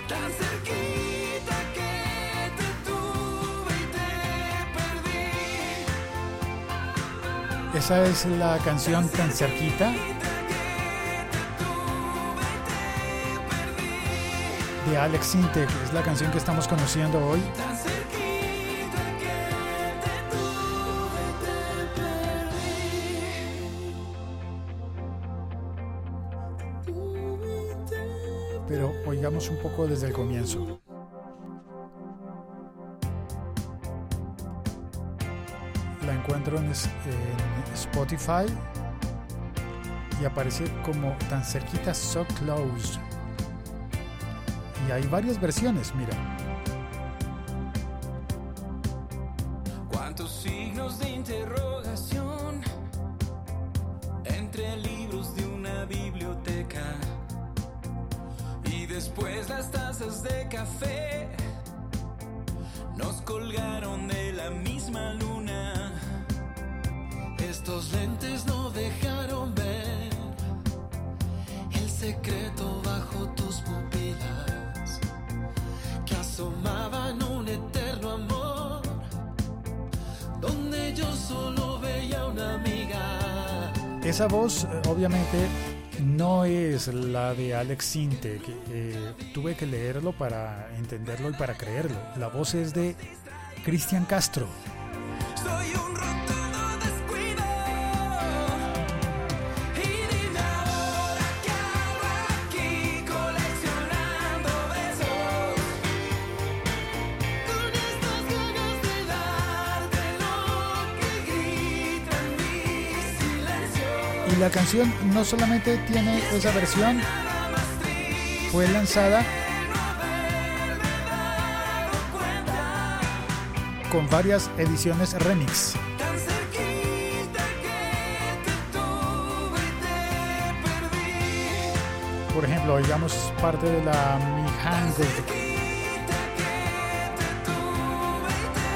Tan cerquita que te tuve y te perdí. Esa es la canción Tan cerquita de Alex Sintek. Es la canción que estamos conociendo hoy. Tan cerquita que te tuve y te perdí. Pero oigamos un poco desde el comienzo. La encuentro en Spotify y aparece como Tan cerquita, So Close. Y hay varias versiones, mira. Cuántos signos de interrogación entre libros de una biblioteca y después las tazas de café nos colgaron de la misma luna. Estos lentes no dejaron ver el secreto bajo tus pupilas que asomaban un eterno amor donde yo solo veía una amiga. Esa voz, obviamente, no es la de Alex Sintek. Tuve que leerlo para entenderlo y para creerlo. La voz es de Cristian Castro. Soy un rotundo descuido y dime ahora qué hago aquí coleccionando besos con estas ganas de darte lo que grita en mi silencio. Y la canción no solamente tiene esa versión, fue lanzada con varias ediciones remix. Tan cerquita que te tuve y te perdí. Por ejemplo, oigamos parte de la Mijangos. Cerquita que te tuve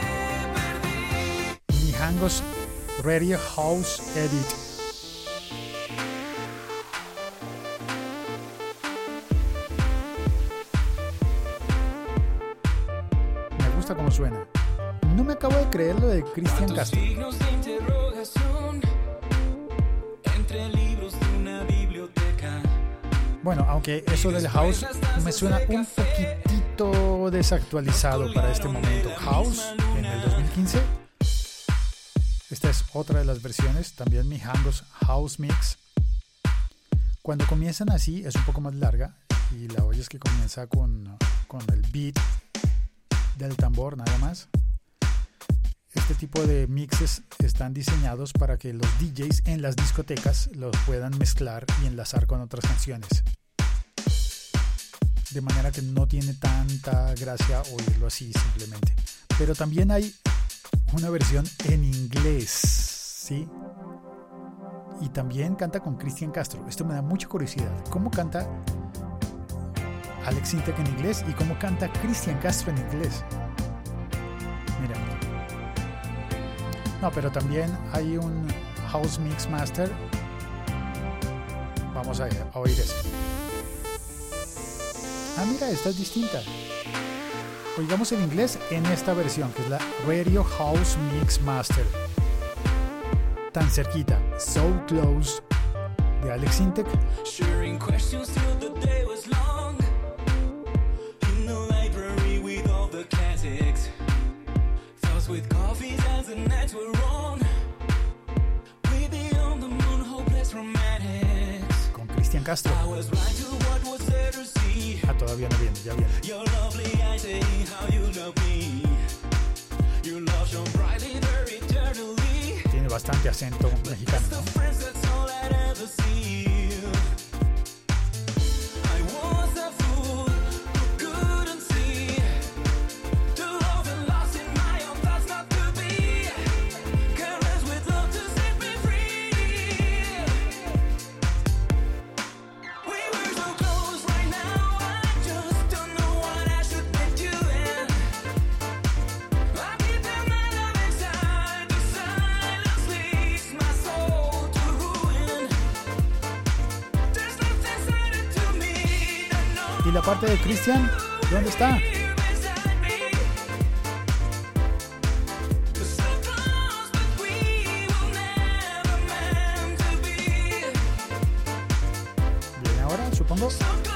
y te perdí. Mijangos Radio House Edit. Me gusta cómo suena. No me acabo de creer lo de Cristian Castro. Signos de interrogación entre libros de una biblioteca. Bueno, aunque eso del house me suena un poquitito desactualizado para este momento. House en el 2015. Esta es otra de las versiones, también Mijangos House Mix. Cuando comienzan así es un poco más larga y la oyes que comienza con el beat del tambor nada más. Este tipo de mixes están diseñados para que los DJs en las discotecas los puedan mezclar y enlazar con otras canciones. De manera que no tiene tanta gracia oírlo así simplemente. Pero también hay una versión en inglés, ¿sí? Y también canta con Cristian Castro. Esto me da mucha curiosidad. ¿Cómo canta Alex Sintek en inglés y cómo canta Cristian Castro en inglés? Mira. No, pero también hay un House Mix Master. Vamos a oír eso. Ah, mira, esta es distinta. Oigamos el inglés en esta versión, que es la Radio House Mix Master. Tan cerquita, So Close, de Alex Sintek. Sharing questions till the day was long. In the library with all the classics. Thoughts with coffees as the nights were wrong. We beyond the moon, hopeless romantics. Con Cristian Castro. I was blind to what was there to see. Ah, todavía no viene, ya viene. Your lovely eyes say how you love me. Your love shone brightly there eternally. Tiene bastante acento mexicano, The ¿no? friends, that's all I'd ever see. I was a fool who couldn't see the love and lost in my own thoughts not to be careless with love to set me free. We were so close right now, I just don't know what I should be doing. I keep my love inside, the silence leads my soul to ruin. There's nothing inside it to me, Y la parte de Cristian, ¿Dónde está? Viene ahora, supongo.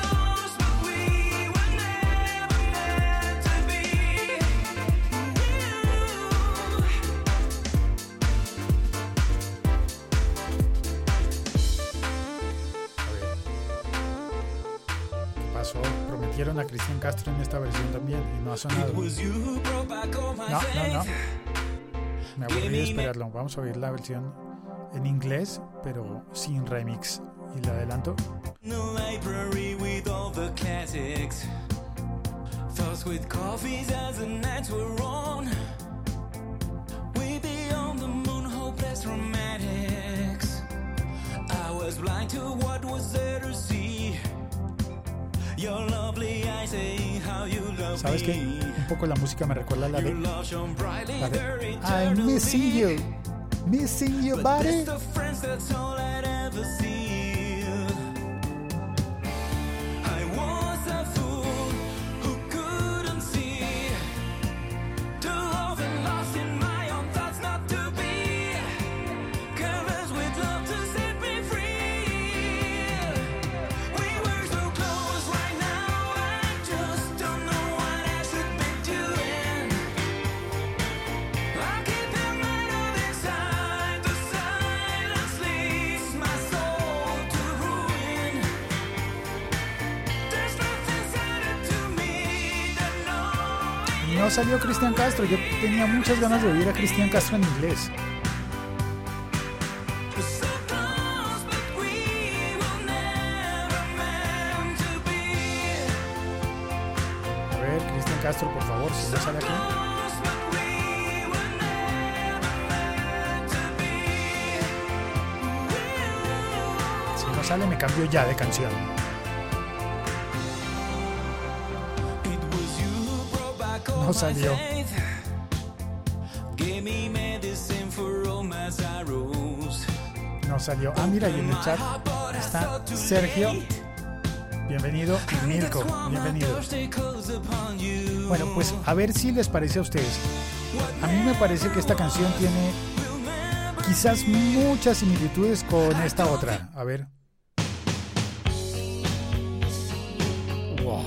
Prometieron a Cristian Castro en esta versión también y no ha sonado. No. Me aburrí de esperarlo. Vamos a oír la versión en inglés, pero sin remix. Y la adelanto. ¿Sabes qué? Un poco la música me recuerda a la de I'm missing you, missing you, buddy. No salió Cristian Castro. Yo tenía muchas ganas de oír a Cristian Castro en inglés. A ver, Cristian Castro, por favor, si no sale aquí. Si no sale, me cambio ya de canción. No salió. No salió. Ah, mira, y en el chat está Sergio. Bienvenido. Y Mirko, bienvenido. Bueno, pues a ver si les parece a ustedes. A mí me parece que esta canción tiene quizás muchas similitudes con esta otra. A ver. Wow.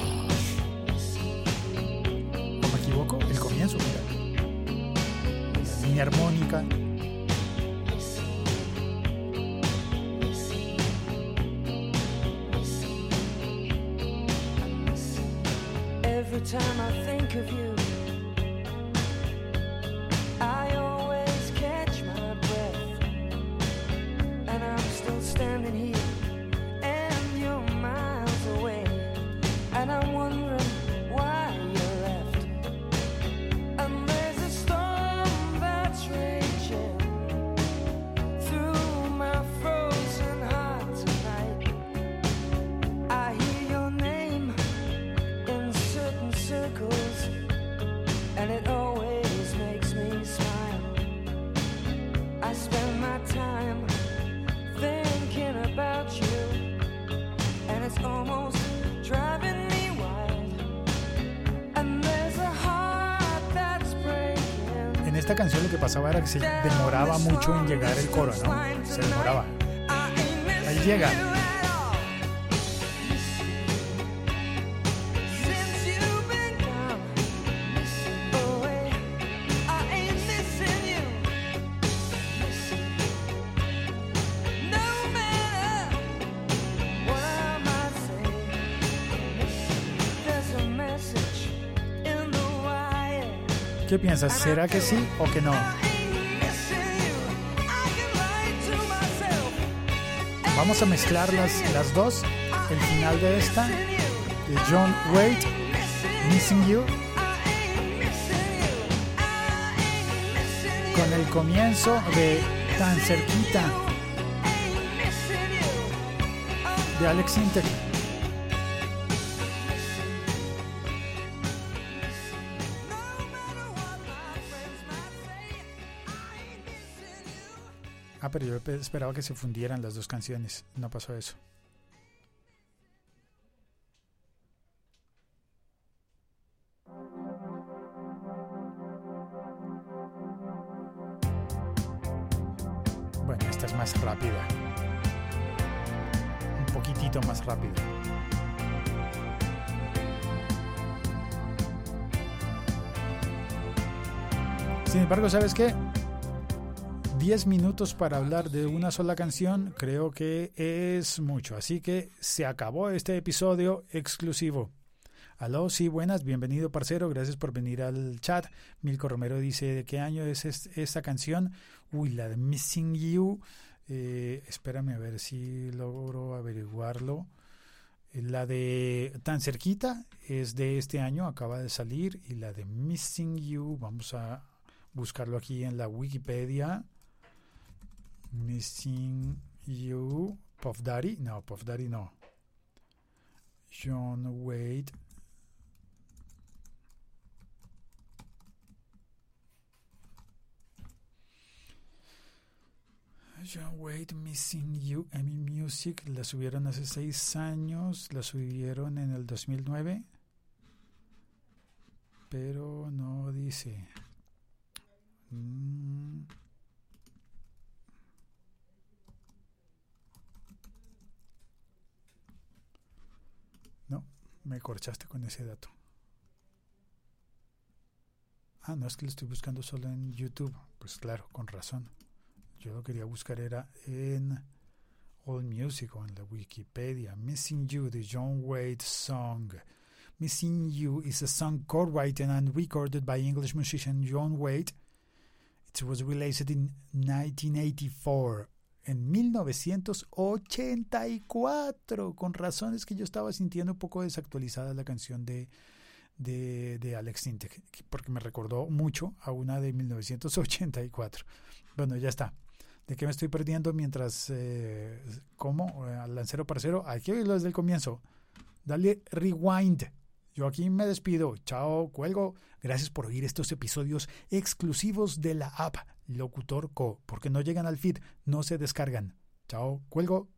El comienzo, mira. La línea armónica. Every time I think of you, I always catch my breath, and I'm still standing here, and you're miles away, and I'm wondering why you left. And there's a storm that's raging through my frozen heart tonight. I hear your name in certain circles, and it always makes me smile. I spend my time thinking about you, and it's almost driving me wild. And there's a heart that's breaking. En esta canción lo que pasaba era que se demoraba mucho en llegar el coro, ¿no? Se demoraba. Ahí llega. ¿Qué piensas? ¿Será que sí o que no? Vamos a mezclar las dos. El final de esta, de John Waite, Missing You, con el comienzo de Tan Cerquita, de Alex Intec. Ah, pero yo esperaba que se fundieran las dos canciones. No pasó eso. esta es más rápida. Un poquitito más rápida. Sin embargo, ¿sabes qué? 10 minutos para hablar de una sola canción creo que es mucho. Así que se acabó este episodio exclusivo. Aló, sí, buenas, bienvenido parcero, gracias por venir al chat. Milko Romero dice, ¿de qué año es esta canción? Uy, la de Missing You. Espérame a ver si logro averiguarlo. La de Tan Cerquita es de este año, acaba de salir. Y la de Missing You, vamos a buscarlo aquí en la Wikipedia. Missing You, Puff Daddy, no, Puff Daddy no. John Wade. John Wade, Missing You, EMI Music, la subieron hace 6 años, la subieron en el 2009, pero no dice. No, me corchaste con ese dato. Ah, no, es que lo estoy buscando solo en YouTube. Pues claro, con razón. Yo lo quería buscar era en AllMusic o en la Wikipedia. Missing You, the John Wade song. Missing You is a song co-written and recorded by English musician John Wade. It was released in 1984. En 1984. Con razón es que yo estaba sintiendo un poco desactualizada la canción de Alex Sintek, porque me recordó mucho a una de 1984. Bueno, ya está. ¿De qué me estoy perdiendo mientras como al lancero parcero? Hay que oírlo desde el comienzo. Dale rewind. Yo aquí me despido. Chao, cuelgo. Gracias por oír estos episodios exclusivos de la app Locutor Co. Porque no llegan al feed, no se descargan. Chao, cuelgo.